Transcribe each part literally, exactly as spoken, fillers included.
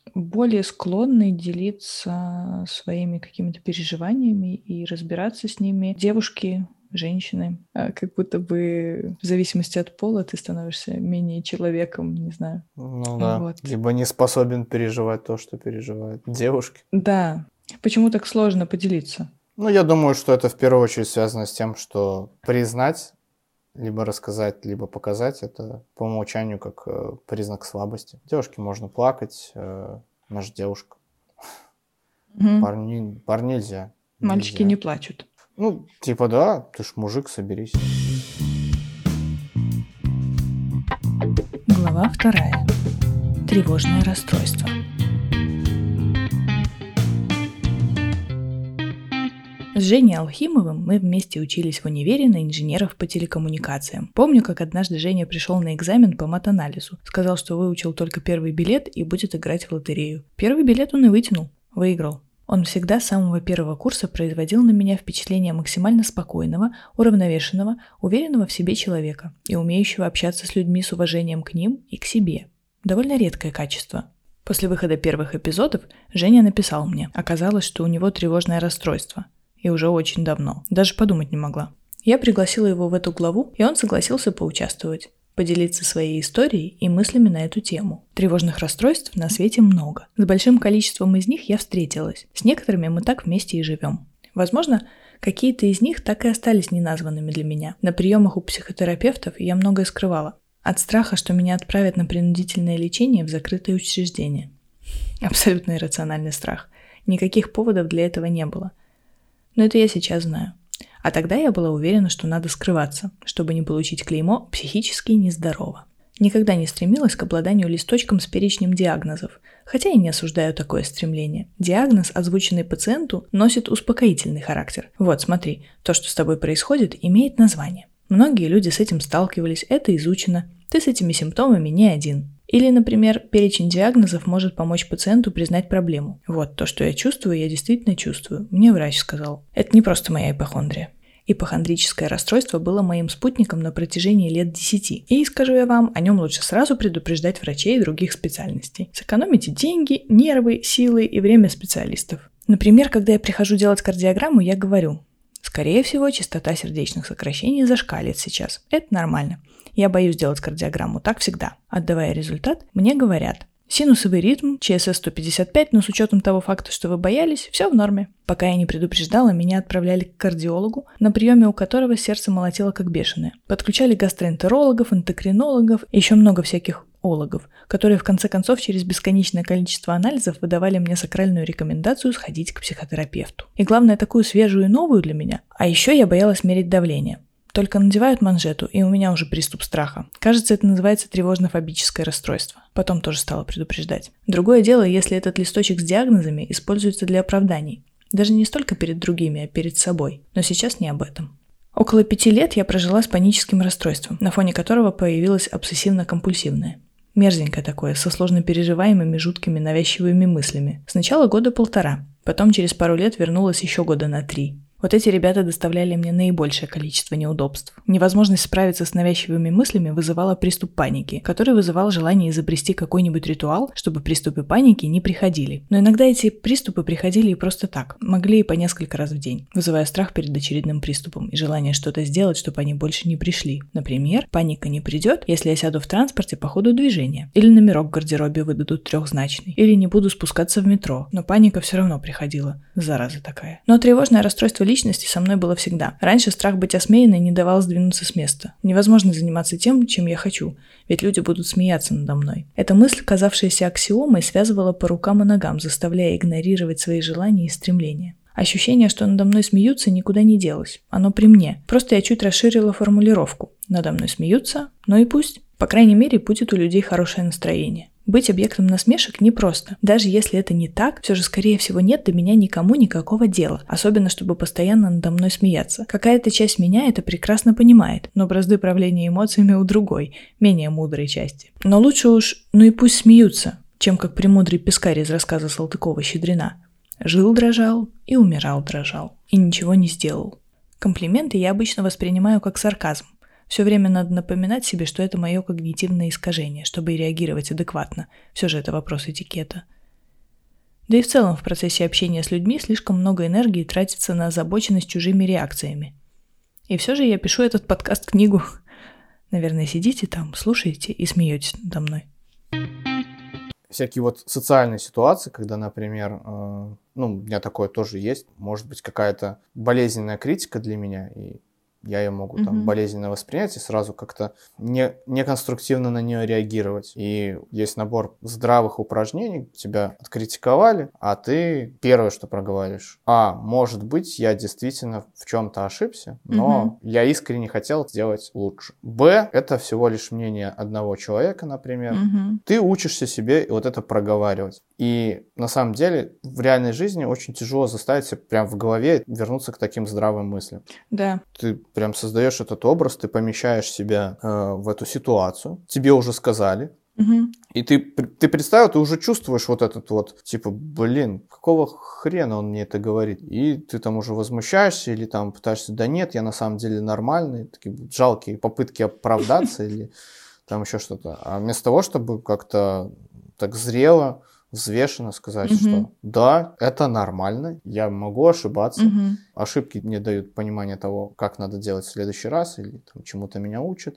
более склонны делиться своими какими-то переживаниями и разбираться с ними. Девушки, женщины, а, как будто бы в зависимости от пола ты становишься менее человеком, не знаю. Ну да, Вот. либо не способен переживать то, что переживают девушки. Да. Почему так сложно поделиться? Ну, я думаю, что это в первую очередь связано с тем, что признать, либо рассказать, либо показать — это по умолчанию как э, признак слабости. Девушке можно плакать, э, она же девушка. Мгм. Парни, парни нельзя. Мальчики Нельзя. не плачут. Ну, типа, да, ты ж мужик, соберись. Глава вторая. Тревожное расстройство. С Женей Алхимовым мы вместе учились в универе на инженеров по телекоммуникациям. Помню, как однажды Женя пришел на экзамен по матанализу. Сказал, что выучил только первый билет и будет играть в лотерею. Первый билет он и вытянул. Выиграл. Он всегда с самого первого курса производил на меня впечатление максимально спокойного, уравновешенного, уверенного в себе человека и умеющего общаться с людьми с уважением к ним и к себе. Довольно редкое качество. После выхода первых эпизодов Женя написал мне. Оказалось, что у него тревожное расстройство. И уже очень давно. Даже подумать не могла. Я пригласила его в эту главу, и он согласился поучаствовать, поделиться своей историей и мыслями на эту тему. Тревожных расстройств на свете много. С большим количеством из них я встретилась. С некоторыми мы так вместе и живем. Возможно, какие-то из них так и остались неназванными для меня. На приемах у психотерапевтов я многое скрывала. От страха, что меня отправят на принудительное лечение в закрытое учреждение. Абсолютно иррациональный страх. Никаких поводов для этого не было. Но это я сейчас знаю. А тогда я была уверена, что надо скрываться, чтобы не получить клеймо «психически нездорово». Никогда не стремилась к обладанию листочком с перечнем диагнозов, хотя и не осуждаю такое стремление. Диагноз, озвученный пациенту, носит успокоительный характер. Вот, смотри, то, что с тобой происходит, имеет название. Многие люди с этим сталкивались, это изучено. Ты с этими симптомами не один. Или, например, перечень диагнозов может помочь пациенту признать проблему. Вот, то, что я чувствую, я действительно чувствую. Мне врач сказал. Это не просто моя ипохондрия. Ипохондрическое расстройство было моим спутником на протяжении лет десяти. И, скажу я вам, о нем лучше сразу предупреждать врачей и других специальностей. Сэкономите деньги, нервы, силы и время специалистов. Например, когда я прихожу делать кардиограмму, я говорю: скорее всего, частота сердечных сокращений зашкалит сейчас. Это нормально. Я боюсь делать кардиограмму, так всегда. Отдавая результат, мне говорят: синусовый ритм, ЧСС сто пятьдесят пять, но с учетом того факта, что вы боялись, все в норме. Пока я не предупреждала, меня отправляли к кардиологу, на приеме у которого сердце молотило как бешеное. Подключали гастроэнтерологов, эндокринологов и еще много всяких ологов, которые в конце концов через бесконечное количество анализов выдавали мне сакральную рекомендацию сходить к психотерапевту. И главное, такую свежую и новую для меня. А еще я боялась мерить давление. Только надевают манжету, и у меня уже приступ страха. Кажется, это называется тревожно-фобическое расстройство. Потом тоже стала предупреждать. Другое дело, если этот листочек с диагнозами используется для оправданий. Даже не столько перед другими, а перед собой. Но сейчас не об этом. Около пяти лет я прожила с паническим расстройством, на фоне которого появилось обсессивно-компульсивное. Мерзенькое такое, со сложно переживаемыми, жуткими, навязчивыми мыслями. Сначала года полтора, потом через пару лет вернулась еще года на три. Вот эти ребята доставляли мне наибольшее количество неудобств. Невозможность справиться с навязчивыми мыслями вызывала приступ паники, который вызывал желание изобрести какой-нибудь ритуал, чтобы приступы паники не приходили. Но иногда эти приступы приходили и просто так, могли и по несколько раз в день, вызывая страх перед очередным приступом и желание что-то сделать, чтобы они больше не пришли. Например, паника не придет, если я сяду в транспорте по ходу движения, или номерок в гардеробе выдадут трехзначный, или не буду спускаться в метро, но паника все равно приходила. Зараза такая. Но тревожное расстройство личности со мной было всегда. Раньше страх быть осмеянной не давал сдвинуться с места. Невозможно заниматься тем, чем я хочу, ведь люди будут смеяться надо мной. Эта мысль, казавшаяся аксиомой, связывала по рукам и ногам, заставляя игнорировать свои желания и стремления. Ощущение, что надо мной смеются, никуда не делось. Оно при мне. Просто я чуть расширила формулировку. Надо мной смеются, ну и пусть. По крайней мере, будет у людей хорошее настроение. Быть объектом насмешек непросто. Даже если это не так, все же, скорее всего, нет до меня никому никакого дела. Особенно, чтобы постоянно надо мной смеяться. Какая-то часть меня это прекрасно понимает, но бразды правления эмоциями у другой, менее мудрой части. Но лучше уж, ну и пусть смеются, чем как премудрый пескарь из рассказа Салтыкова-Щедрина. Жил дрожал и умирал дрожал. И ничего не сделал. Комплименты я обычно воспринимаю как сарказм. Все время надо напоминать себе, что это мое когнитивное искажение, чтобы реагировать адекватно. Все же это вопрос этикета. Да и в целом в процессе общения с людьми слишком много энергии тратится на озабоченность чужими реакциями. И все же я пишу этот подкаст-книгу. Наверное, сидите там, слушаете и смеетесь надо мной. Всякие вот социальные ситуации, когда, например, э, ну, у меня такое тоже есть, может быть, какая-то болезненная критика для меня, и я ее могу там Мгм. болезненно воспринять и сразу как-то не, неконструктивно на нее реагировать. И есть набор здравых упражнений, тебя откритиковали, а ты первое, что проговариваешь: а, может быть, я действительно в чем-то ошибся, но Мгм. я искренне хотел сделать лучше. Б, это всего лишь мнение одного человека, например. Мгм. Ты учишься себе вот это проговаривать. И на самом деле в реальной жизни очень тяжело заставить себя прям в голове вернуться к таким здравым мыслям. Да. Ты прям создаешь этот образ, ты помещаешь себя э, в эту ситуацию, тебе уже сказали, Мгм. и ты, ты представил, ты уже чувствуешь вот этот вот, типа, блин, какого хрена он мне это говорит? И ты там уже возмущаешься или там пытаешься: да нет, я на самом деле нормальный, такие жалкие попытки оправдаться или там еще что-то. А вместо того, чтобы как-то так зрело, взвешенно сказать, Мгм. что да, это нормально, я могу ошибаться. Мгм. Ошибки мне дают понимание того, как надо делать в следующий раз, или там чему-то меня учат.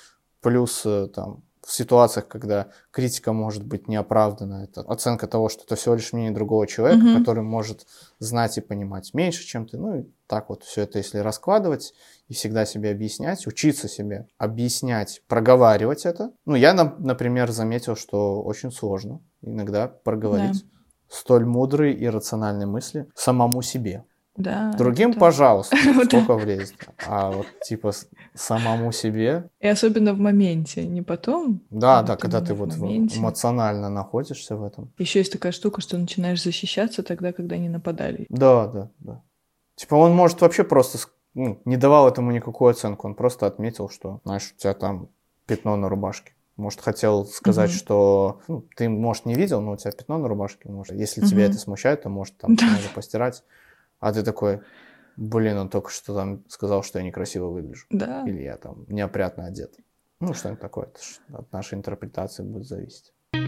Плюс э, там в ситуациях, когда критика может быть неоправданна, это оценка того, что это всего лишь мнение другого человека, Мгм. который может знать и понимать меньше, чем ты. Ну и так вот все это, если раскладывать и всегда себе объяснять, учиться себе объяснять, проговаривать это. Ну, я, на- например, заметил, что очень сложно иногда проговорить столь мудрые и рациональные мысли самому себе. Да, это Другим, так. пожалуйста, Вот да. сколько влезет. А вот типа с- самому себе, И особенно в моменте, не потом, да, а да, вот когда именно ты в вот в- моменте. эмоционально находишься в этом. Еще есть такая штука, что начинаешь защищаться тогда, когда не нападали. Да, да, да. Типа он может вообще просто с- ну, не давал этому никакую оценку, он просто отметил, что, знаешь, у тебя там пятно на рубашке. Может, хотел сказать, Мгм. что ну, ты, может, не видел, но у тебя пятно на рубашке. Может, если Мгм. тебя это смущает, то, может, там Да. надо постирать. А ты такой: блин, он только что там сказал, что я некрасиво выгляжу. Да. Или я там неопрятно одет. Ну, что-нибудь такое. Это ж от нашей интерпретации будет зависеть.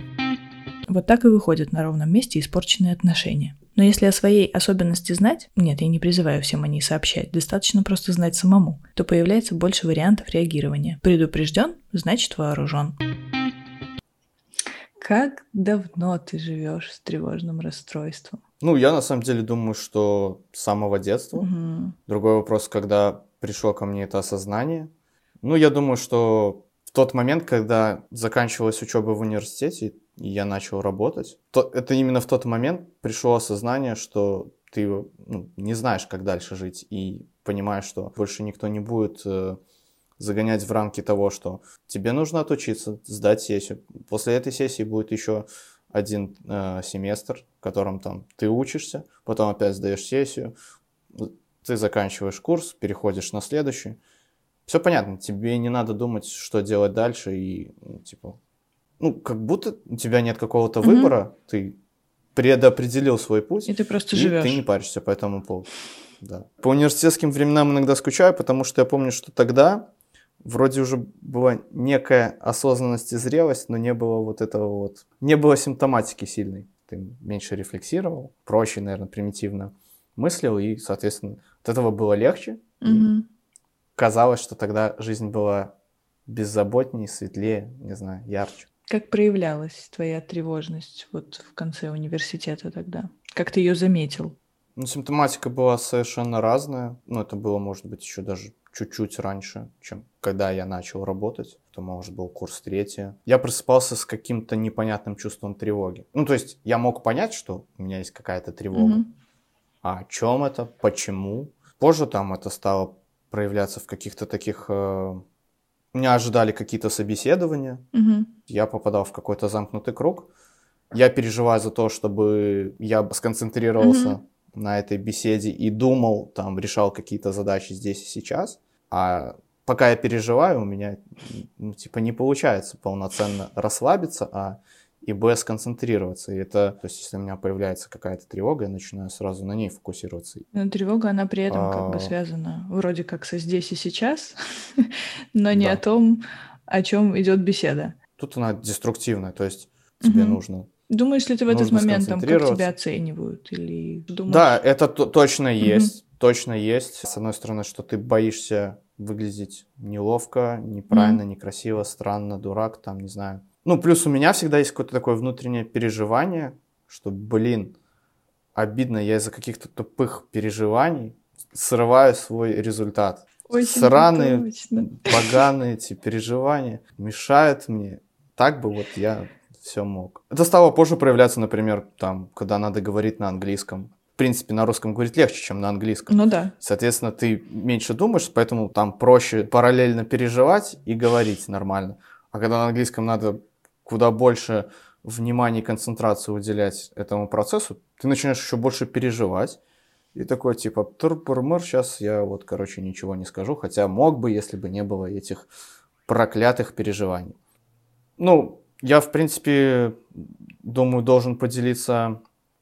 Вот так и выходят на ровном месте испорченные отношения. Но если о своей особенности знать, нет, я не призываю всем о ней сообщать, достаточно просто знать самому, то появляется больше вариантов реагирования. Предупрежден, значит вооружен. Как давно ты живешь с тревожным расстройством? Ну, я на самом деле думаю, что с самого детства. Мгм. Другой вопрос, когда пришло ко мне это осознание. Ну, я думаю, что в тот момент, когда заканчивалась учеба в университете, и я начал работать, то это именно в тот момент пришло осознание, что ты ну, не знаешь, как дальше жить, и понимаешь, что больше никто не будет э, загонять в рамки того, что тебе нужно отучиться, сдать сессию. После этой сессии будет еще один э, семестр, в котором там ты учишься, потом опять сдаешь сессию, ты заканчиваешь курс, переходишь на следующий. Все понятно, тебе не надо думать, что делать дальше, и ну, типа, ну, как будто у тебя нет какого-то Мгм. выбора, ты предопределил свой путь, И ты просто и ты не живешь. паришься по этому поводу. Да. По университетским временам иногда скучаю, потому что я помню, что тогда вроде уже была некая осознанность и зрелость, но не было вот этого вот, не было симптоматики сильной. Ты меньше рефлексировал, проще, наверное, примитивно мыслил, и, соответственно, от этого было легче. И Мгм. казалось, что тогда жизнь была беззаботнее, светлее, не знаю, ярче. Как проявлялась твоя тревожность вот в конце университета тогда? Как ты ее заметил? Ну, симптоматика была совершенно разная. Ну, это было, может быть, еще даже чуть-чуть раньше, чем когда я начал работать. Это, может, был курс третий. Я просыпался с каким-то непонятным чувством тревоги. Ну, то есть я мог понять, что у меня есть какая-то тревога. Мгм. А о чем это? Почему? Позже там это стало проявляться в каких-то таких... э, Меня ожидали какие-то собеседования. Мгм. Я попадал в какой-то замкнутый круг. Я переживаю за то, чтобы я сконцентрировался Мгм. на этой беседе и думал, там, решал какие-то задачи здесь и сейчас. А пока я переживаю, у меня, ну, типа, не получается полноценно расслабиться, а и б, сконцентрироваться. И это, то есть, если у меня появляется какая-то тревога, я начинаю сразу на ней фокусироваться. Но тревога, она при этом как бы А, связана вроде как со здесь и сейчас, но не о да, том, о чем идет беседа. тут она деструктивная, то есть тебе Мгм. нужно Думаешь ли ты в этот нужно момент, там, как тебя сконцентрироваться. оценивают? Или думаешь... Да, это т- точно Мгм. есть, точно есть. С одной стороны, что ты боишься выглядеть неловко, Мгм. неправильно, некрасиво, странно, дурак, там, не знаю. Ну, плюс у меня всегда есть какое-то такое внутреннее переживание, что, блин, обидно, я из-за каких-то тупых переживаний срываю свой результат. Очень Сраные, точно. поганые эти переживания мешают мне. Так бы вот я все мог. Это стало позже проявляться, например, там, когда надо говорить на английском. В принципе, на русском говорить легче, чем на английском. Ну да. Соответственно, ты меньше думаешь, поэтому там проще параллельно переживать и говорить нормально. А когда на английском надо куда больше внимания и концентрации уделять этому процессу, ты начинаешь еще больше переживать. И такой, типа, тур-пур-мур, сейчас я вот, короче, ничего не скажу, хотя мог бы, если бы не было этих проклятых переживаний. Ну, я, в принципе, думаю, должен поделиться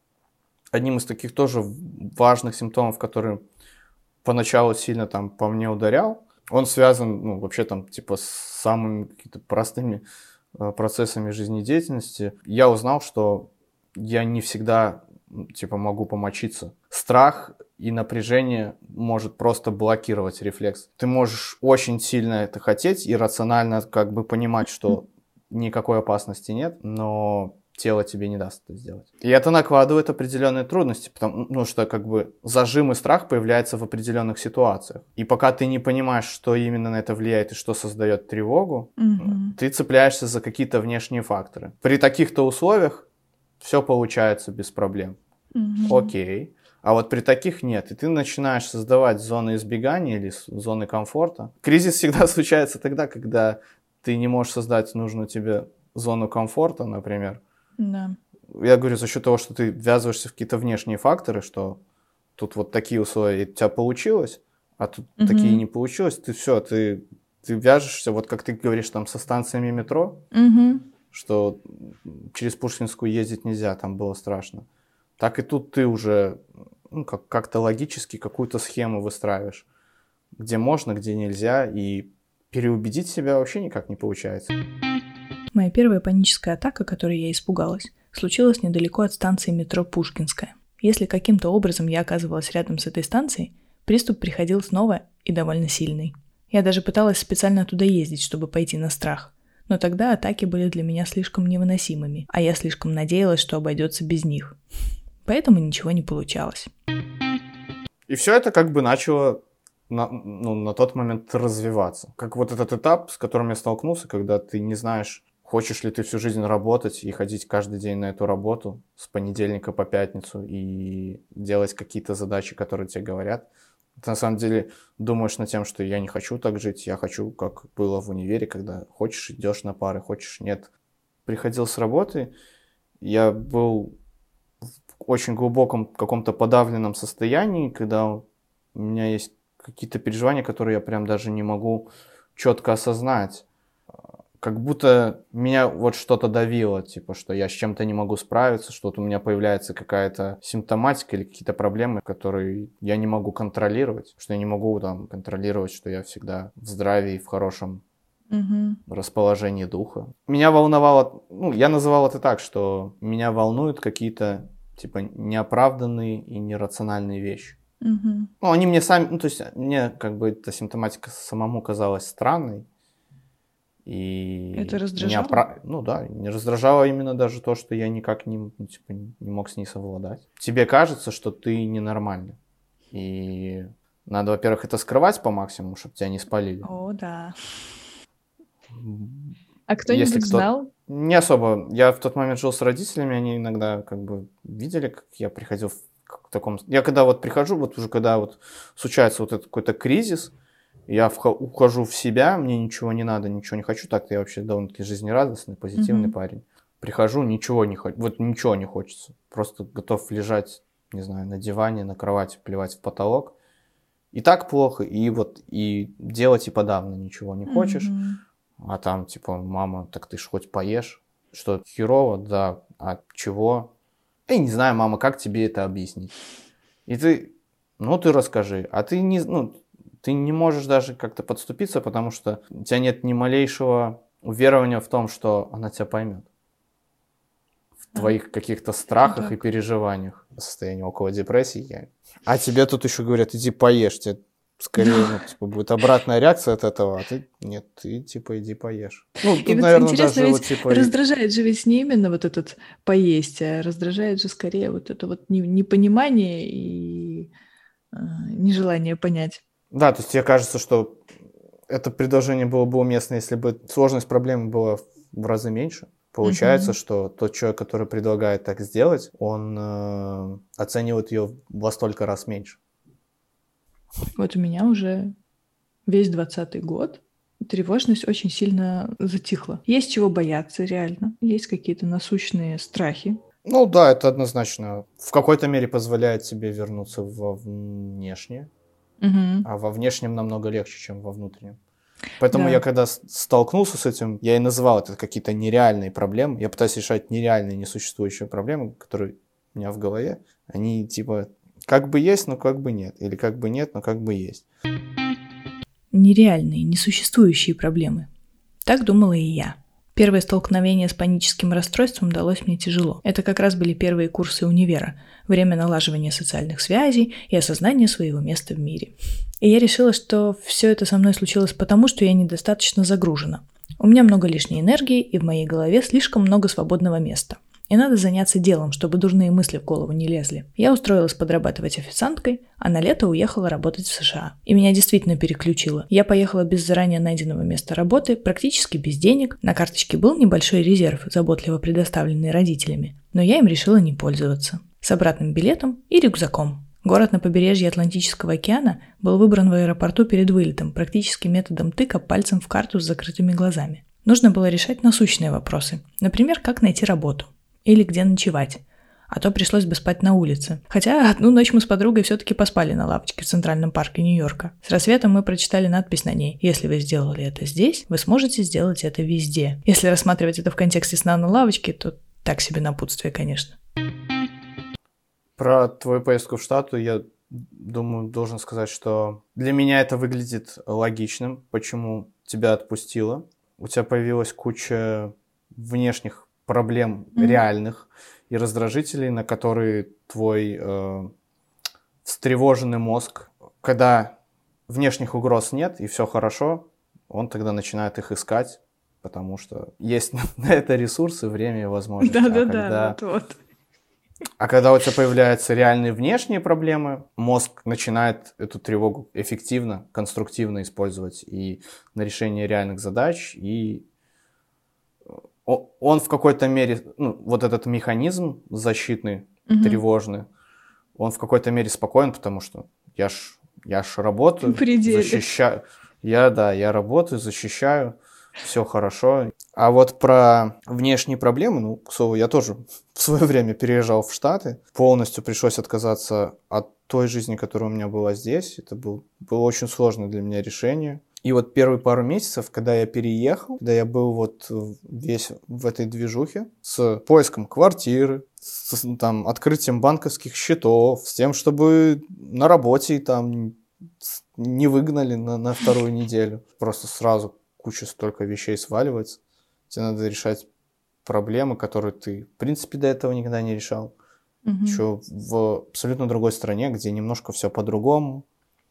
одним из таких тоже важных симптомов, который поначалу сильно там по мне ударял. Он связан, ну, вообще там, типа, с самыми какими-то простыми э, процессами жизнедеятельности. Я узнал, что я не всегда, типа, могу помочиться. Страх и напряжение может просто блокировать рефлекс. Ты можешь очень сильно это хотеть и рационально как бы понимать, что никакой опасности нет, но тело тебе не даст это сделать. И это накладывает определенные трудности, потому ну, что как бы зажим и страх появляется в определенных ситуациях. И пока ты не понимаешь, что именно на это влияет и что создает тревогу, Мгм. ты цепляешься за какие-то внешние факторы. При таких-то условиях все получается без проблем. Мгм. Окей. А вот при таких нет. И ты начинаешь создавать зоны избегания или с- зоны комфорта. Кризис всегда случается тогда, когда ты не можешь создать нужную тебе зону комфорта, например. Да. Я говорю, за счет того, что ты ввязываешься в какие-то внешние факторы, что тут вот такие условия, и у тебя получилось, а тут Мгм. такие не получилось, ты все, ты, ты вяжешься, вот как ты говоришь, там со станциями метро, Мгм. что через Пушкинскую ездить нельзя, там было страшно. Так и тут ты уже ну, как- как-то логически какую-то схему выстраиваешь, где можно, где нельзя, и переубедить себя вообще никак не получается. Моя первая паническая атака, которой я испугалась, случилась недалеко от станции метро Пушкинская. Если каким-то образом я оказывалась рядом с этой станцией, приступ приходил снова и довольно сильный. Я даже пыталась специально туда ездить, чтобы пойти на страх. Но тогда атаки были для меня слишком невыносимыми, а я слишком надеялась, что обойдется без них. Поэтому ничего не получалось. И все это как бы начало на, ну, на тот момент развиваться. Как вот этот этап, с которым я столкнулся, когда ты не знаешь, хочешь ли ты всю жизнь работать и ходить каждый день на эту работу с понедельника по пятницу и делать какие-то задачи, которые тебе говорят. Ты на самом деле думаешь над тем, что я не хочу так жить, я хочу, как было в универе, когда хочешь идешь на пары, хочешь нет. Приходил с работы, я был в очень глубоком каком-то подавленном состоянии, когда у меня есть какие-то переживания, которые я прям даже не могу четко осознать. Как будто меня вот что-то давило, типа, что я с чем-то не могу справиться, что вот у меня появляется какая-то симптоматика или какие-то проблемы, которые я не могу контролировать, что я не могу там контролировать, что я всегда в здравии, в хорошем Угу. расположении духа. Меня волновало, ну, я называл это так, что меня волнуют какие-то, типа, неоправданные и нерациональные вещи. Угу. Ну, они мне сами, ну, то есть мне как бы эта симптоматика самому казалась странной. И Это не раздражало? опра- ну да, не раздражало именно даже то, что я никак не, ну, типа, не мог с ней совладать. Тебе кажется, что ты ненормальный. И надо, во-первых, это скрывать по максимуму, чтобы тебя не спалили. О, да. А кто-нибудь Если кто... знал? Не особо. Я в тот момент жил с родителями, они иногда как бы видели, как я приходил в к таком... Я когда вот прихожу, вот уже когда вот случается вот этот какой-то кризис, я вх- ухожу в себя, мне ничего не надо, ничего не хочу, так-то я вообще довольно-таки жизнерадостный, позитивный Мгм. парень. Прихожу, ничего не хочу, вот ничего не хочется. Просто готов лежать, не знаю, на диване, на кровати, плевать в потолок. И так плохо, и вот и делать и подавно ничего не хочешь. Мгм. А там, типа, мама, так ты ж хоть поешь. Что, херово? Да. А чего? Я не знаю, мама, как тебе это объяснить? И ты, ну, ты расскажи. А ты не, ну, ты не можешь даже как-то подступиться, потому что у тебя нет ни малейшего уверования в том, что она тебя поймет. твоих каких-то страхах так. и переживаниях. Состояние около депрессии. Я... А тебе тут еще говорят, иди поешь, тебе скорее, ну, типа, будет обратная реакция от этого, а ты, нет, ты, типа, иди поешь. Ну, тут, И вот наверное, интересно, даже ведь вот, типа... раздражает же ведь не именно вот этот поесть, а раздражает же скорее вот это вот не- непонимание и э, нежелание понять. Да, то есть тебе кажется, что это предложение было бы уместно, если бы сложность проблемы была в разы меньше. Получается, Мгм. что тот человек, который предлагает так сделать, он э, оценивает ее во столько раз меньше. Вот у меня уже весь двадцатый год тревожность очень сильно затихла. Есть чего бояться реально, есть какие-то насущные страхи. Ну да, это однозначно в какой-то мере позволяет тебе вернуться во внешнее, Мгм. а во внешнем намного легче, чем во внутреннем. Поэтому Да. я когда с- столкнулся с этим, я и называл это какие-то нереальные проблемы. Я пытаюсь решать нереальные, несуществующие проблемы, которые у меня в голове. Они типа как бы есть, но как бы нет. Или как бы нет, но как бы есть. Нереальные, несуществующие проблемы. Так думала и я. Первое столкновение с паническим расстройством далось мне тяжело. Это как раз были первые курсы универа, время налаживания социальных связей и осознания своего места в мире. И я решила, что все это со мной случилось потому, что я недостаточно загружена. У меня много лишней энергии, и в моей голове слишком много свободного места. И надо заняться делом, чтобы дурные мысли в голову не лезли. Я устроилась подрабатывать официанткой, а на лето уехала работать в США. И меня действительно переключило. Я поехала без заранее найденного места работы, практически без денег. На карточке был небольшой резерв, заботливо предоставленный родителями. Но я им решила не пользоваться. С обратным билетом и рюкзаком. Город на побережье Атлантического океана был выбран в аэропорту перед вылетом, практически методом тыка пальцем в карту с закрытыми глазами. Нужно было решать насущные вопросы. Например, как найти работу. Или где ночевать. А то пришлось бы спать на улице. Хотя одну ночь мы с подругой все-таки поспали на лавочке в Центральном парке Нью-Йорка. С рассветом мы прочитали надпись на ней: «Если вы сделали это здесь, вы сможете сделать это везде». Если рассматривать это в контексте сна на лавочке, то так себе напутствие, конечно. Про твою поездку в Штаты я думаю, должен сказать, что для меня это выглядит логичным, почему тебя отпустило. У тебя появилась куча внешних проблем Мгм. реальных и раздражителей, на которые твой э, встревоженный мозг, когда внешних угроз нет и все хорошо, он тогда начинает их искать, потому что есть на это ресурсы, время и возможности. А Да-да-да, когда, вот-вот. а когда у тебя появляются реальные внешние проблемы, мозг начинает эту тревогу эффективно, конструктивно использовать и на решение реальных задач, и он в какой-то мере, ну, вот этот механизм защитный, Мгм. тревожный, он в какой-то мере спокоен, потому что я ж, я ж работаю, В пределе. защищаю. Я, да, я работаю, защищаю, все хорошо. А вот про внешние проблемы, ну, к слову, я тоже в свое время переезжал в Штаты, полностью пришлось отказаться от той жизни, которая у меня была здесь. Это был, было очень сложное для меня решение. И вот первые пару месяцев, когда я переехал, когда я был вот весь в этой движухе с поиском квартиры, с там, открытием банковских счетов, с тем, чтобы на работе там не выгнали на, на вторую неделю. Просто сразу куча столько вещей сваливается. Тебе надо решать проблемы, которые ты, в принципе, до этого никогда не решал. Мгм. Еще в абсолютно другой стране, где немножко все по-другому,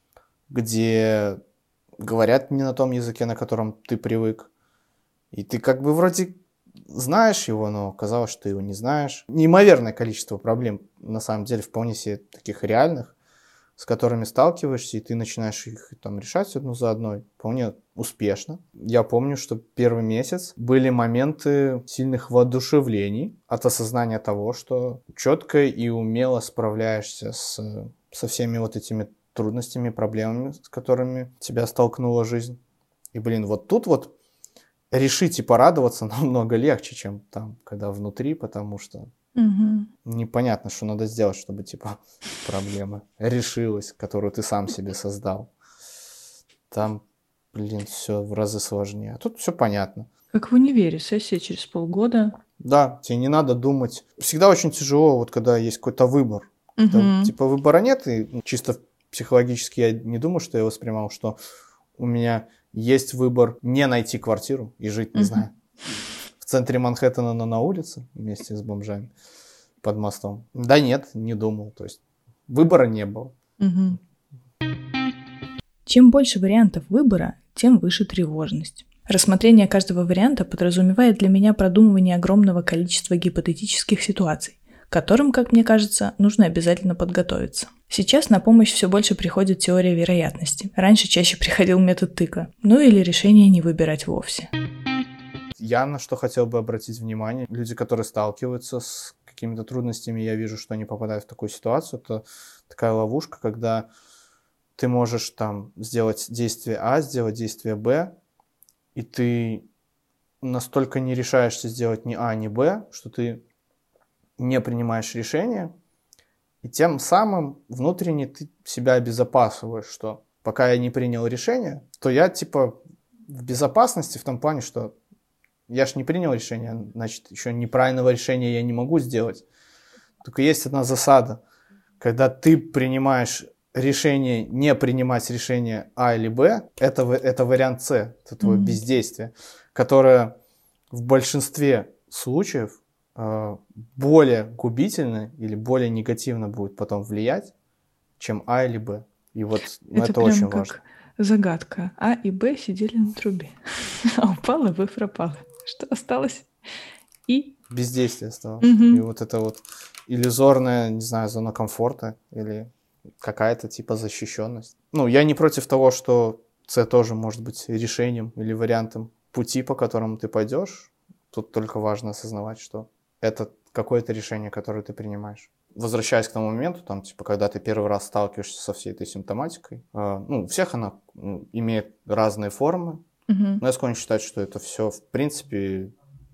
где говорят не на том языке, на котором ты привык. И ты как бы вроде знаешь его, но оказалось, что ты его не знаешь. Неимоверное количество проблем, на самом деле, вполне себе таких реальных, с которыми сталкиваешься, и ты начинаешь их там решать одну за одной вполне успешно. Я помню, что первый месяц были моменты сильных воодушевлений от осознания того, что четко и умело справляешься с, со всеми вот этими трудностями, проблемами, с которыми тебя столкнула жизнь. И, блин, вот тут вот решить и порадоваться намного легче, чем там, когда внутри, потому что Мгм. непонятно, что надо сделать, чтобы, типа, проблема решилась, которую ты сам себе создал. Там, блин, все в разы сложнее. А тут все понятно. Как в универе, сессия через полгода. Да, тебе не надо думать. Всегда очень тяжело, вот когда есть какой-то выбор. Когда, Мгм. типа, выбора нет, и ну, чисто психологически я не думаю, что я воспринимал, что у меня есть выбор не найти квартиру и жить, не Мгм. знаю, в центре Манхэттена, но на улице вместе с бомжами под мостом? Да нет, не думал. То есть выбора не было. Угу. Чем больше вариантов выбора, тем выше тревожность. Рассмотрение каждого варианта подразумевает для меня продумывание огромного количества гипотетических ситуаций, к которым, как мне кажется, нужно обязательно подготовиться. Сейчас на помощь все больше приходит теория вероятности. Раньше чаще приходил метод тыка. Ну или решение не выбирать вовсе. Я на что хотел бы обратить внимание. Люди, которые сталкиваются с какими-то трудностями, я вижу, что они попадают в такую ситуацию. Это такая ловушка, когда ты можешь там сделать действие А, сделать действие Б, и ты настолько не решаешься сделать ни А, ни Б, что ты не принимаешь решение, и тем самым внутренне ты себя обезопасиваешь, что пока я не принял решение, то я типа в безопасности в том плане, что я ж не принял решение, значит, еще неправильного решения я не могу сделать. Только есть одна засада. Когда ты принимаешь решение не принимать решение А или Б, это, это вариант С, это твое mm-hmm. бездействие, которое в большинстве случаев э, более губительно или более негативно будет потом влиять, чем А или Б. И вот ну, это, это очень как важно. Загадка. А и Б сидели на трубе, а упала, Б пропала. Что осталось? И? Бездействие осталось. Mm-hmm. И вот это вот иллюзорная, не знаю, зона комфорта или какая-то типа защищенность. Ну, я не против того, что С тоже может быть решением или вариантом пути, по которому ты пойдешь. Тут только важно осознавать, что это какое-то решение, которое ты принимаешь. Возвращаясь к тому моменту, там, типа, когда ты первый раз сталкиваешься со всей этой симптоматикой, э, ну, у всех она ну, имеет разные формы, uh-huh. но я склонен считать, что это все, в принципе,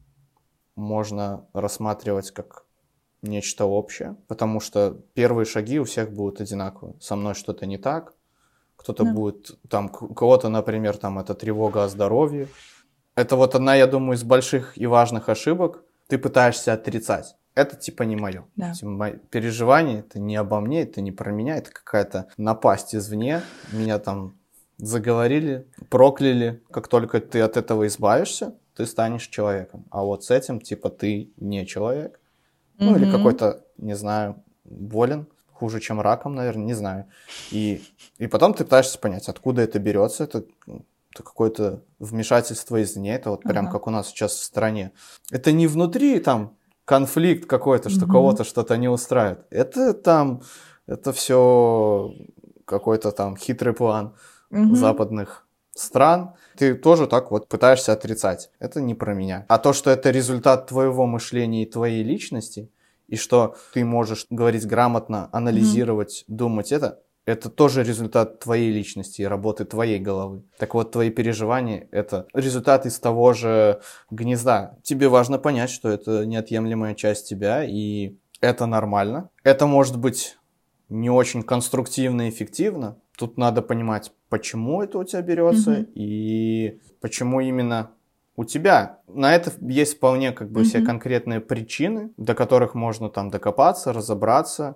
можно рассматривать как нечто общее, потому что первые шаги у всех будут одинаковые. Со мной что-то не так, кто-то да. будет, там, у кого-то, например, там, это тревога о здоровье. Это вот одна, я думаю, из больших и важных ошибок. Ты пытаешься отрицать. Это типа не мое. Да. Переживания, это не обо мне, это не про меня, это какая-то напасть извне. Меня там заговорили, прокляли. Как только ты от этого избавишься, ты станешь человеком. А вот с этим, типа, ты не человек. Ну, mm-hmm. или какой-то, не знаю, болен, хуже, чем раком, наверное, не знаю. И, и потом ты пытаешься понять, откуда это берется. Это, это какое-то вмешательство извне. Это вот прям uh-huh. как у нас сейчас в стране. Это не внутри там конфликт какой-то, что mm-hmm. кого-то что-то не устраивает. Это там, это все какой-то там хитрый план mm-hmm. западных стран. Ты тоже так вот пытаешься отрицать. Это не про меня. А то, что это результат твоего мышления и твоей личности, и что ты можешь говорить грамотно, анализировать, mm-hmm. думать, это, это тоже результат твоей личности и работы твоей головы. Так вот, твои переживания — это результат из того же гнезда. Тебе важно понять, что это неотъемлемая часть тебя, и это нормально. Это может быть не очень конструктивно и эффективно. Тут надо понимать, почему это у тебя берется, mm-hmm. и почему именно у тебя. На это есть вполне как бы mm-hmm. все конкретные причины, до которых можно там докопаться, разобраться.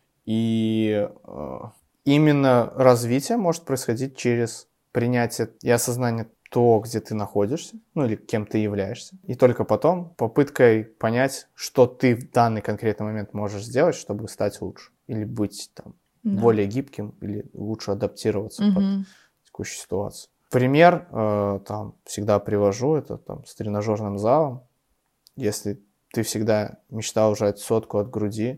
И э, именно развитие может происходить через принятие и осознание того, где ты находишься, ну или кем ты являешься. И только потом попыткой понять, что ты в данный конкретный момент можешь сделать, чтобы стать лучше. Или быть там да. более гибким, или лучше адаптироваться угу. под текущую ситуацию. Пример э, там всегда привожу, это там с тренажерным залом. Если ты всегда мечтал ужать сотку от груди,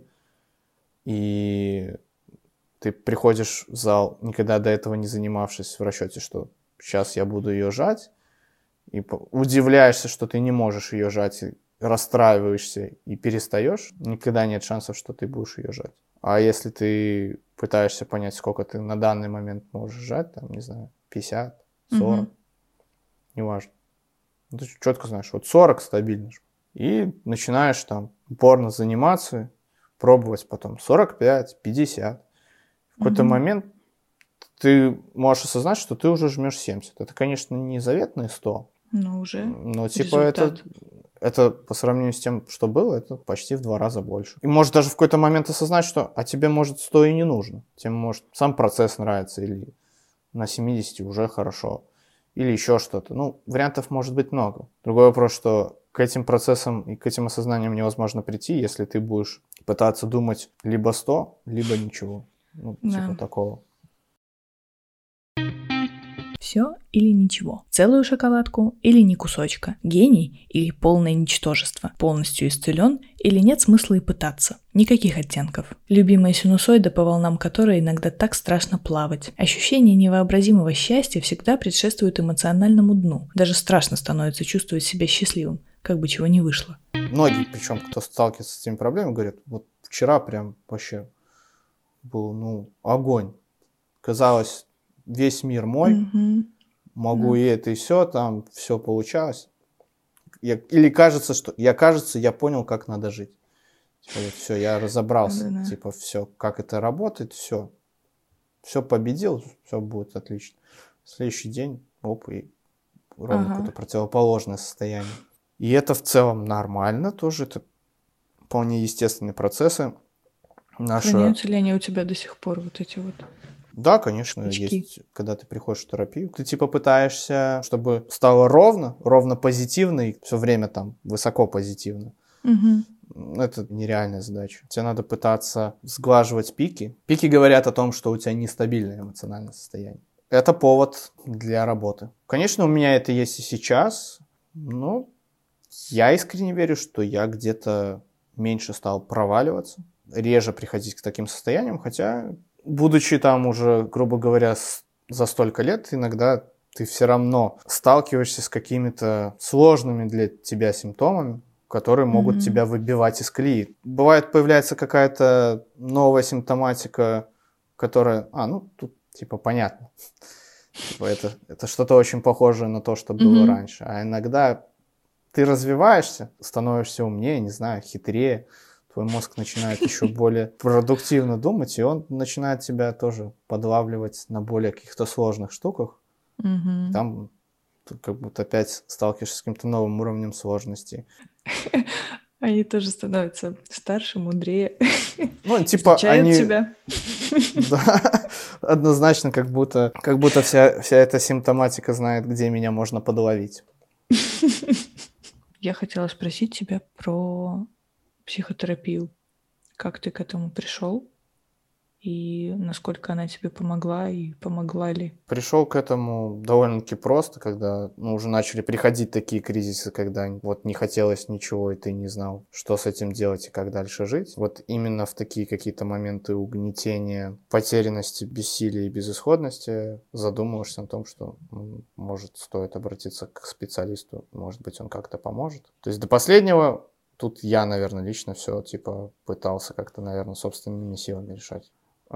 и ты приходишь в зал, никогда до этого не занимавшись, в расчете, что сейчас я буду ее жать, и удивляешься, что ты не можешь ее жать, и расстраиваешься и перестаешь, никогда нет шансов, что ты будешь ее жать. А если ты пытаешься понять, сколько ты на данный момент можешь жать, там, не знаю, пятьдесят, сорок, mm-hmm. неважно. Ты четко знаешь, вот сорок стабильно. И начинаешь там упорно заниматься, пробовать потом сорок пять, пятьдесят. В какой-то mm-hmm. момент ты можешь осознать, что ты уже жмешь семьдесят. Это, конечно, не заветные сто. Но уже Но типа результат. это, это по сравнению с тем, что было, это почти в два раза больше. И может даже в какой-то момент осознать, что а тебе может сто и не нужно. Тебе может сам процесс нравится, или на семидесяти уже хорошо, или еще что-то. Ну, вариантов может быть много. Другой вопрос, что К этим процессам и к этим осознаниям невозможно прийти, если ты будешь пытаться думать либо сто, либо ничего. Ну, Да. типа такого. Все или ничего. Целую шоколадку или ни кусочка. Гений или полное ничтожество. Полностью исцелен или нет смысла и пытаться. Никаких оттенков. Любимая синусоида, по волнам которой иногда так страшно плавать. Ощущение невообразимого счастья всегда предшествует эмоциональному дну. Даже страшно становится чувствовать себя счастливым, как бы чего ни вышло. Многие, причем, кто сталкивается с этими проблемами, говорят, вот вчера прям вообще был, ну, огонь. Казалось, весь мир мой, Угу. могу да. и это, и все, там все получалось. Я, или кажется, что я, кажется, я понял, как надо жить. Типа, вот, все, я разобрался, да-да. Типа, все, как это работает, все. Все победил, все будет отлично. Следующий день, оп, и ровно ага. какое-то противоположное состояние. И это в целом нормально тоже, это вполне естественные процессы. Наша... Храняются ли они у тебя до сих пор, вот эти вот? Да, конечно, Очки. Есть, когда ты приходишь в терапию, ты типа пытаешься, чтобы стало ровно, ровно позитивно и все время там высоко позитивно. Угу. Это нереальная задача. Тебе надо пытаться сглаживать пики. Пики говорят о том, что у тебя нестабильное эмоциональное состояние. Это повод для работы. Конечно, у меня это есть и сейчас, но я искренне верю, что я где-то меньше стал проваливаться, реже приходить к таким состояниям, хотя... Будучи там уже, грубо говоря, за столько лет, иногда ты все равно сталкиваешься с какими-то сложными для тебя симптомами, которые могут mm-hmm. тебя выбивать из колеи. Бывает, появляется какая-то новая симптоматика, которая... А, ну, тут типа понятно. Типа это, это что-то очень похожее на то, что было mm-hmm. раньше. А иногда ты развиваешься, становишься умнее, не знаю, хитрее. Твой мозг начинает еще более продуктивно думать, и он начинает тебя тоже подлавливать на более каких-то сложных штуках. Mm-hmm. Там ты как будто опять сталкиваешься с каким-то новым уровнем сложности. Они тоже становятся старше, мудрее. Ну, типа они... тебя. Да, однозначно, как будто, как будто вся, вся эта симптоматика знает, где меня можно подловить. Я хотела спросить тебя про... психотерапию. Как ты к этому пришел? И насколько она тебе помогла, и помогла ли? Пришел к этому довольно-таки просто, когда ну, уже начали приходить такие кризисы, когда вот не хотелось ничего, и ты не знал, что с этим делать и как дальше жить. Вот именно в такие какие-то моменты угнетения, потерянности, бессилия и безысходности задумываешься о том, что, ну, может, стоит обратиться к специалисту, может быть, он как-то поможет. То есть до последнего тут я, наверное, лично все типа пытался как-то, наверное, собственными силами решать.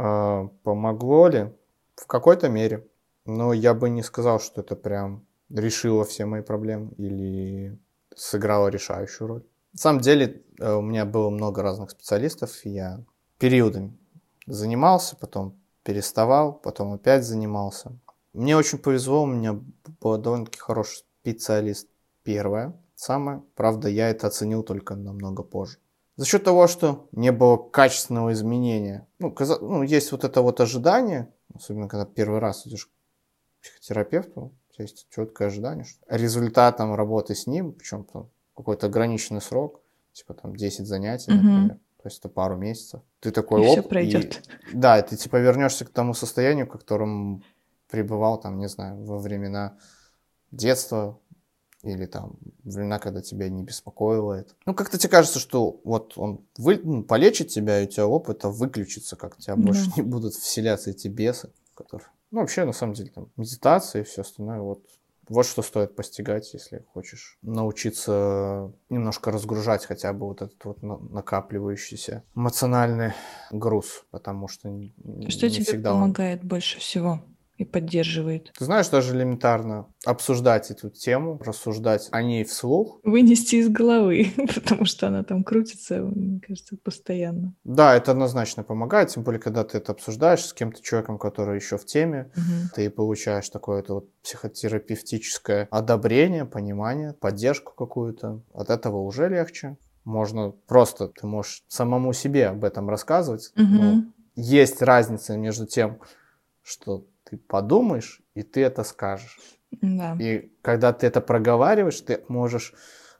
А, помогло ли? В какой-то мере. Но я бы не сказал, что это прям решило все мои проблемы или сыграло решающую роль. На самом деле у меня было много разных специалистов, и я периодами занимался, потом переставал, потом опять занимался. Мне очень повезло, у меня был довольно-таки хороший специалист первое. Самое. Правда, я это оценил только намного позже. За счет того, что не было качественного изменения. Ну, каза... ну, есть вот это вот ожидание, особенно когда первый раз идешь к психотерапевту, у тебя есть четкое ожидание, что результатом работы с ним, причем там какой-то ограниченный срок, типа там десять занятий, угу. например, то есть это пару месяцев. Ты такой, и оп, все пройдет. И... Да, ты типа вернешься к тому состоянию, в котором пребывал там, не знаю, во времена детства, или там времена, когда тебя не беспокоило это. Ну, как-то тебе кажется, что вот он вы, ну, полечит тебя, и у тебя опыт выключится, как у тебя mm-hmm. больше не будут вселяться эти бесы, которые... Ну, вообще, на самом деле, там, медитация и все остальное, вот, вот что стоит постигать, если хочешь научиться немножко разгружать хотя бы вот этот вот накапливающийся эмоциональный груз, потому что не, что не тебе всегда помогает он... больше всего? И поддерживает. Ты знаешь, даже элементарно обсуждать эту тему, рассуждать о ней вслух. Вынести из головы, потому что она там крутится, мне кажется, постоянно. Да, это однозначно помогает, тем более, когда ты это обсуждаешь с кем-то человеком, который еще в теме, угу. ты получаешь такое-то вот психотерапевтическое одобрение, понимание, поддержку какую-то. От этого уже легче. Можно просто, ты можешь самому себе об этом рассказывать. Угу. Но есть разница между тем, что ты подумаешь, и ты это скажешь. Да. И когда ты это проговариваешь, ты можешь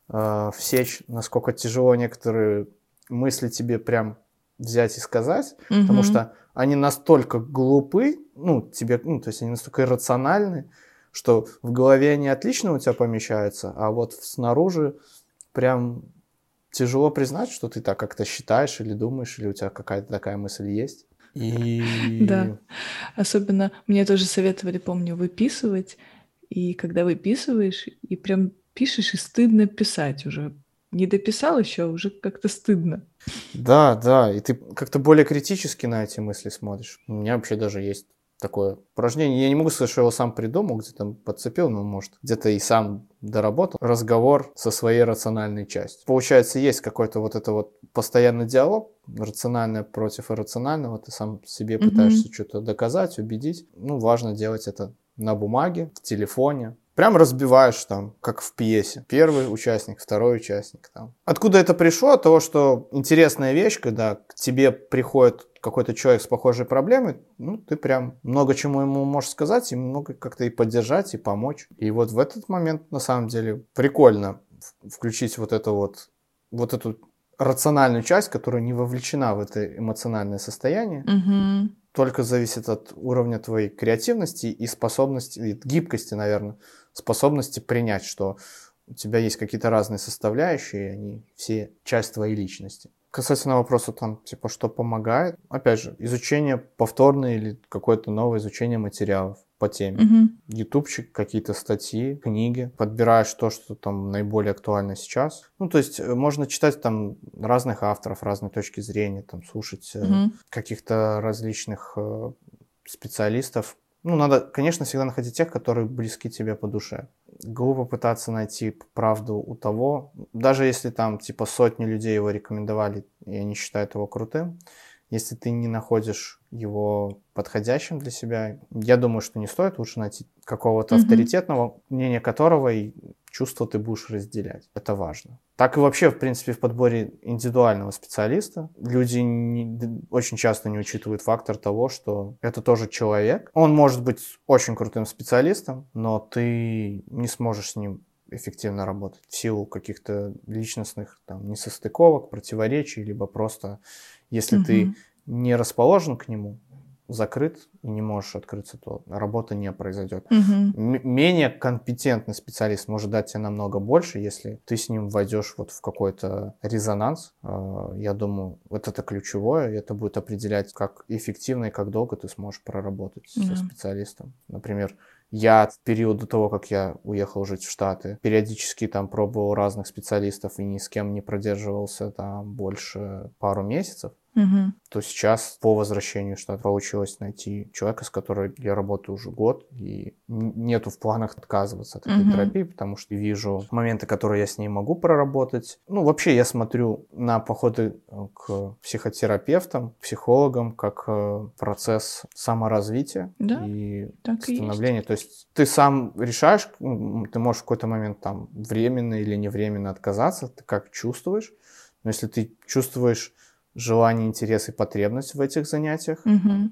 э, всечь, насколько тяжело некоторые мысли тебе прям взять и сказать, mm-hmm. потому что они настолько глупы, ну, тебе, ну, то есть они настолько иррациональны, что в голове они отлично у тебя помещаются, а вот снаружи прям тяжело признать, что ты так как-то считаешь или думаешь, или у тебя какая-то такая мысль есть. И... Да, особенно мне тоже советовали, помню, выписывать, и когда выписываешь, и прям пишешь, и стыдно писать уже. Не дописал еще, уже как-то стыдно. Да, да, и ты как-то более критически на эти мысли смотришь. У меня вообще даже есть такое упражнение. Я не могу сказать, что я его сам придумал, где-то подцепил, но, может, где-то и сам доработал. Разговор со своей рациональной частью. Получается, есть какой-то вот это вот постоянный диалог, рациональное против иррационального. Ты сам себе mm-hmm. пытаешься что-то доказать, убедить. Ну, важно делать это на бумаге, в телефоне. Прям разбиваешь там, как в пьесе. Первый участник, второй участник. Там. Откуда это пришло? От того, что интересная вещь, когда к тебе приходит какой-то человек с похожей проблемой, ну, ты прям много чему ему можешь сказать, и много как-то и поддержать, и помочь. И вот в этот момент, на самом деле, прикольно включить вот это вот, вот эту рациональную часть, которая не вовлечена в это эмоциональное состояние. Mm-hmm. Только зависит от уровня твоей креативности и способности, и гибкости, наверное, способности принять, что у тебя есть какие-то разные составляющие, и они все часть твоей личности. Касательно вопроса, там, типа, что помогает, опять же, изучение повторное или какое-то новое изучение материалов по теме. Mm-hmm. Ютубчик, какие-то статьи, книги. Подбираешь то, что там наиболее актуально сейчас. Ну, то есть можно читать там разных авторов, разные точки зрения, там, слушать mm-hmm. э, каких-то различных э, специалистов. Ну, надо, конечно, всегда находить тех, которые близки тебе по душе. Глупо пытаться найти правду у того, даже если там типа сотни людей его рекомендовали, и они считают его крутым, если ты не находишь его подходящим для себя, я думаю, что не стоит, лучше найти какого-то mm-hmm. авторитетного, мнение которого и чувства ты будешь разделять. Это важно. Так и вообще, в принципе, в подборе индивидуального специалиста люди не, очень часто не учитывают фактор того, что это тоже человек. Он может быть очень крутым специалистом, но ты не сможешь с ним эффективно работать в силу каких-то личностных там, несостыковок, противоречий, либо просто если mm-hmm. ты не расположен к нему, закрыт и не можешь открыться, то работа не произойдет. Mm-hmm. М- менее компетентный специалист может дать тебе намного больше, если ты с ним войдешь вот в какой-то резонанс. Э- я думаю, вот это ключевое, и это будет определять, как эффективно и как долго ты сможешь проработать mm-hmm. со специалистом. Например, я в период до того, как я уехал жить в Штаты, периодически там пробовал разных специалистов и ни с кем не продерживался там больше пару месяцев. Mm-hmm. То сейчас по возвращению в Штат получилось найти человека, с которым я работаю уже год, и нету в планах отказываться от этой mm-hmm. терапии, потому что вижу моменты, которые я с ней могу проработать. Ну, вообще я смотрю на походы к психотерапевтам, психологам, как процесс саморазвития да, и так становления. И То есть ты сам решаешь, ты можешь в какой-то момент там временно или невременно отказаться, ты как чувствуешь, но если ты чувствуешь желание, интерес и потребность в этих занятиях,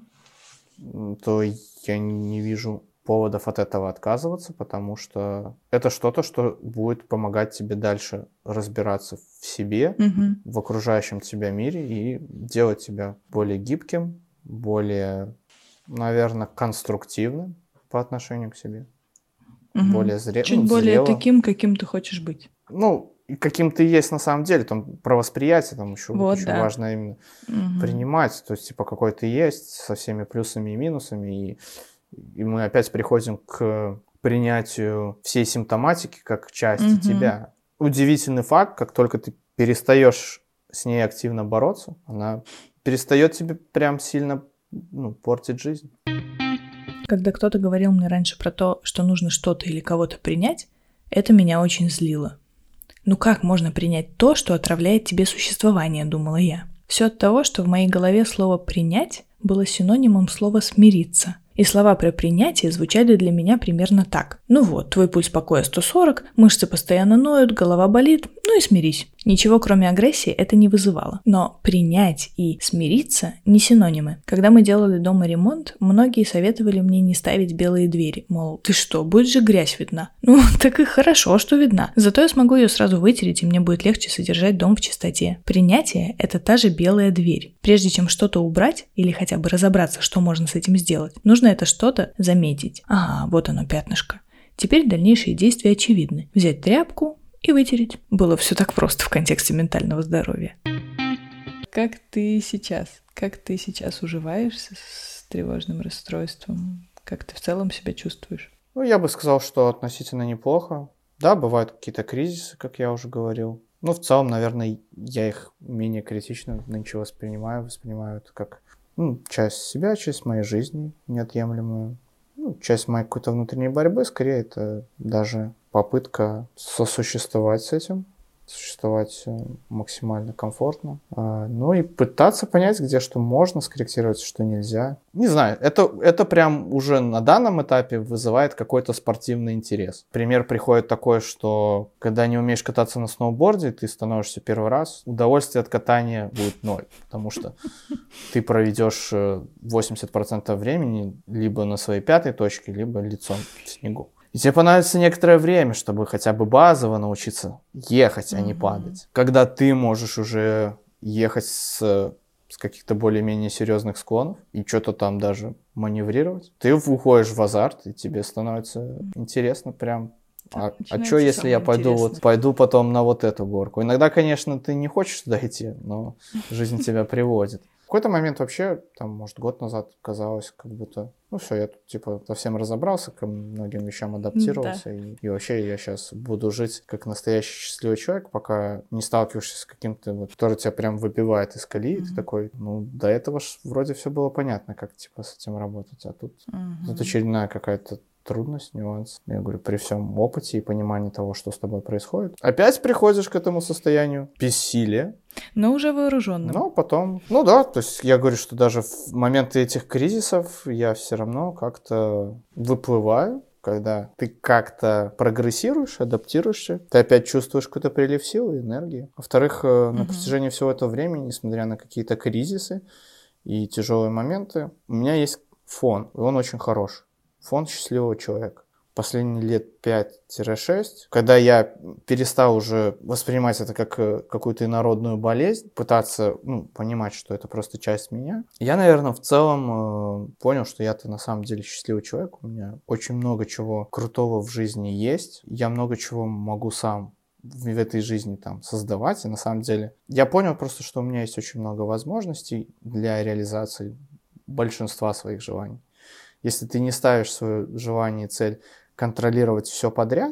mm-hmm. то я не вижу поводов от этого отказываться, потому что это что-то, что будет помогать тебе дальше разбираться в себе, mm-hmm. в окружающем тебя мире и делать тебя более гибким, более, наверное, конструктивным по отношению к себе, mm-hmm. более зрелым. Чуть ну, более зрелым. Таким, каким ты хочешь быть. Ну, и каким ты есть на самом деле, там про восприятие, там еще вот, очень да. важно именно угу. принимать, то есть типа какой ты есть, со всеми плюсами и минусами, и, и мы опять приходим к принятию всей симптоматики как части угу. тебя. Удивительный факт, как только ты перестаешь с ней активно бороться, она перестает тебе прям сильно ну, портить жизнь. Когда кто-то говорил мне раньше про то, что нужно что-то или кого-то принять, это меня очень злило. Ну как можно принять то, что отравляет тебе существование, думала я. Все от того, что в моей голове слово «принять» было синонимом слова «смириться». И слова про принятие звучали для меня примерно так. Ну вот, твой пульс покоя сто сорок, мышцы постоянно ноют, голова болит, ну и смирись. Ничего, кроме агрессии, это не вызывало. Но принять и смириться не синонимы. Когда мы делали дома ремонт, многие советовали мне не ставить белые двери. Мол, ты что, будет же грязь видна? Ну, так и хорошо, что видна. Зато я смогу ее сразу вытереть, и мне будет легче содержать дом в чистоте. Принятие – это та же белая дверь. Прежде чем что-то убрать или хотя бы разобраться, что можно с этим сделать, нужно это что-то заметить. Ага, вот оно, пятнышко. Теперь дальнейшие действия очевидны. Взять тряпку и вытереть. Было все так просто в контексте ментального здоровья. Как ты сейчас? Как ты сейчас уживаешься с тревожным расстройством? Как ты в целом себя чувствуешь? Ну, я бы сказал, что относительно неплохо. Да, бывают какие-то кризисы, как я уже говорил. Но в целом, наверное, я их менее критично нынче воспринимаю. Воспринимаю это как ну, часть себя, часть моей жизни неотъемлемую. Ну, часть моей какой-то внутренней борьбы. Скорее, это даже попытка сосуществовать с этим. Существовать максимально комфортно. Ну и пытаться понять, где что можно скорректировать, что нельзя. Не знаю, это, это прям уже на данном этапе вызывает какой-то спортивный интерес. Пример приходит такой, что когда не умеешь кататься на сноуборде, ты становишься первый раз, удовольствие от катания будет ноль. Потому что ты проведешь восемьдесят процентов времени либо на своей пятой точке, либо лицом в снегу. И тебе понадобится некоторое время, чтобы хотя бы базово научиться ехать, а не mm-hmm. падать. Когда ты можешь уже ехать с, с каких-то более-менее серьезных склонов и что-то там даже маневрировать, ты уходишь в азарт, и тебе становится mm-hmm. интересно прям. А, а что, если я пойду, вот, пойду потом на вот эту горку? Иногда, конечно, ты не хочешь туда идти, но жизнь тебя приводит. В какой-то момент вообще, там, может, год назад казалось, как будто, ну все, я тут, типа, совсем разобрался, ко многим вещам адаптировался, да. и, и вообще я сейчас буду жить как настоящий счастливый человек, пока не сталкиваешься с каким-то, вот, который тебя прям выбивает из колеи, mm-hmm. ты такой, ну, до этого ж вроде все было понятно, как, типа, с этим работать, а тут, mm-hmm. тут очередная какая-то трудность, нюанс. Я говорю, при всем опыте и понимании того, что с тобой происходит. Опять приходишь к этому состоянию бессилия. Но уже вооруженным. Но потом, ну да, то есть я говорю, что даже в моменты этих кризисов я все равно как-то выплываю, когда ты как-то прогрессируешь, адаптируешься, ты опять чувствуешь какой-то прилив сил и энергии. Во-вторых, mm-hmm. на протяжении всего этого времени, несмотря на какие-то кризисы и тяжелые моменты, у меня есть фон, и он очень хороший. Фон счастливого человека. Последние лет пять-шесть, когда я перестал уже воспринимать это как какую-то инородную болезнь, пытаться ну, понимать, что это просто часть меня, я, наверное, в целом э, понял, что я-то на самом деле счастливый человек. У меня очень много чего крутого в жизни есть. Я много чего могу сам в этой жизни там создавать. И на самом деле я понял просто, что у меня есть очень много возможностей для реализации большинства своих желаний. Если ты не ставишь свое желание и цель контролировать все подряд,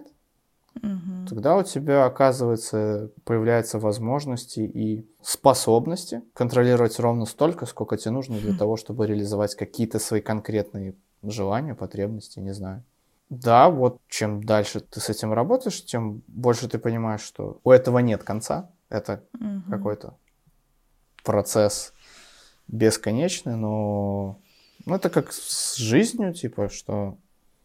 угу. тогда у тебя, оказывается, появляются возможности и способности контролировать ровно столько, сколько тебе нужно для того, чтобы реализовать какие-то свои конкретные желания, потребности, не знаю. Да, вот чем дальше ты с этим работаешь, тем больше ты понимаешь, что у этого нет конца. Это угу. какой-то процесс бесконечный, но... Ну, это как с жизнью, типа, что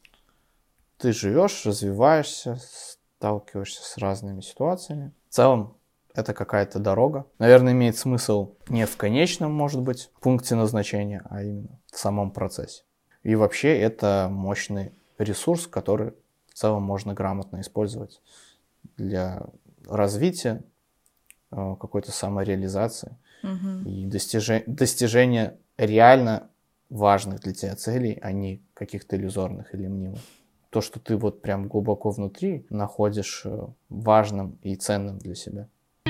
ты живешь, развиваешься, сталкиваешься с разными ситуациями. В целом, это какая-то дорога. Наверное, имеет смысл не в конечном, может быть, пункте назначения, а именно в самом процессе. И вообще, это мощный ресурс, который в целом можно грамотно использовать для развития, какой-то самореализации угу. и достижения, достижения реально важных для тебя целей, а не каких-то иллюзорных или мнимых. То, что ты вот прям глубоко внутри находишь важным и ценным для себя.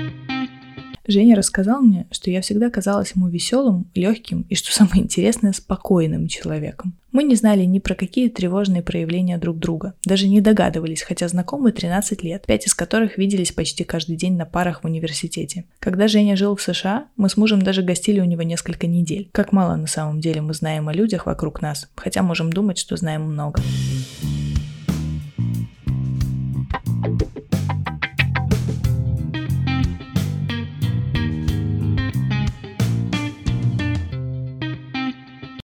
Женя рассказал мне, что я всегда казалась ему веселым, легким и, что самое интересное, спокойным человеком. Мы не знали ни про какие тревожные проявления друг друга, даже не догадывались, хотя знакомы тринадцать лет, пять из которых виделись почти каждый день на парах в университете. Когда Женя жил в США, мы с мужем даже гостили у него несколько недель. Как мало на самом деле мы знаем о людях вокруг нас, хотя можем думать, что знаем много.